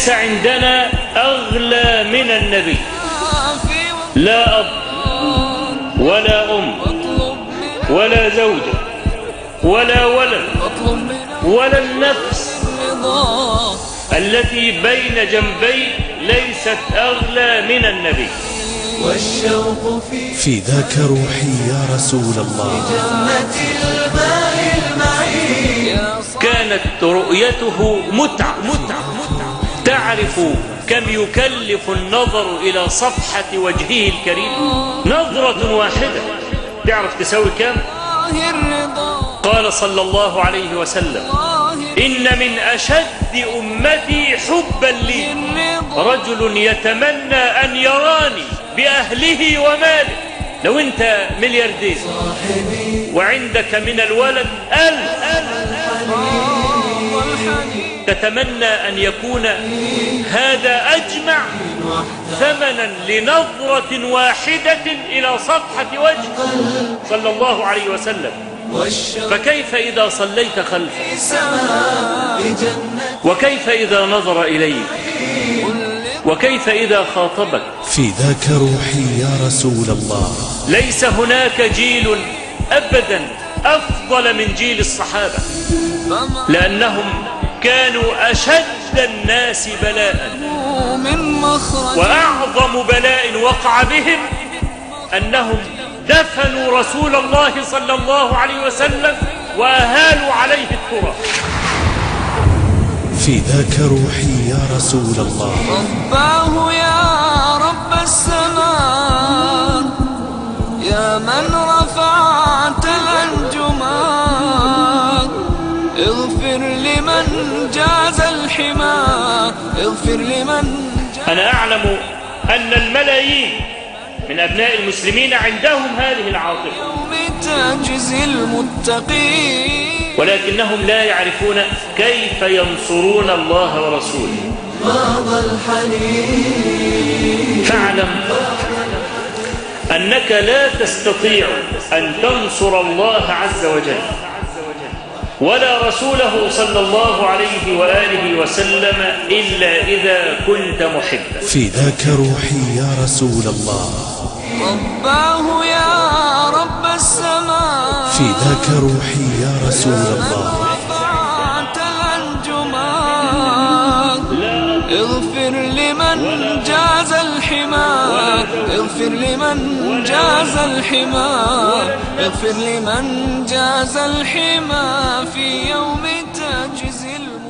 ليس عندنا أغلى من النبي، لا أب ولا أم ولا زوجة ولا ولد ولا النفس التي بين جنبيه ليست أغلى من النبي. في ذاك روحي يا رسول الله. كانت رؤيته متعة. تعرف كم يكلف النظر إلى صفحة وجهه الكريم؟ نظرة واحدة تعرف تساوي كم؟ قال صلى الله عليه وسلم: إن من أشد أمتي حبا لي رجل يتمنى أن يراني بأهله وماله. لو أنت ملياردير وعندك من الولد 1000 تتمنى أن يكون هذا أجمع ثمنا لنظرة واحدة إلى صفحة وجه صلى الله عليه وسلم. فكيف إذا صليت خلفه؟ وكيف إذا نظر إليك؟ وكيف إذا خاطبك؟ في ذاك روحي يا رسول الله. ليس هناك جيل أبدا أفضل من جيل الصحابة، لأنهم كانوا أشد الناس بلاء، وأعظم بلاء وقع بهم أنهم دفنوا رسول الله صلى الله عليه وسلم وأهالوا عليه التراب. في ذاك روحي يا رسول الله. رباه يا رب السماء، يا من رفعت الأنجمان، اغفر لمن جاز الحمى، اغفر لمن جاز. أنا أعلم أن الملايين من أبناء المسلمين عندهم هذه العاطفة، يوم تجزي المتقين، ولكنهم لا يعرفون كيف ينصرون الله ورسوله. فاعلم أنك لا تستطيع أن تنصر الله عز وجل ولا رسوله صلى الله عليه وآله وسلم إلا إذا كنت محبا. في ذاك روحي يا رسول الله. رباه يا رب السماء، في ذاك روحي يا رسول الله. رفعت الأنجمان، اغفر لمن جاز الحمى، اغفر لمن جاز الحمى، اغفر لمن جاز الحمى في يوم تجزي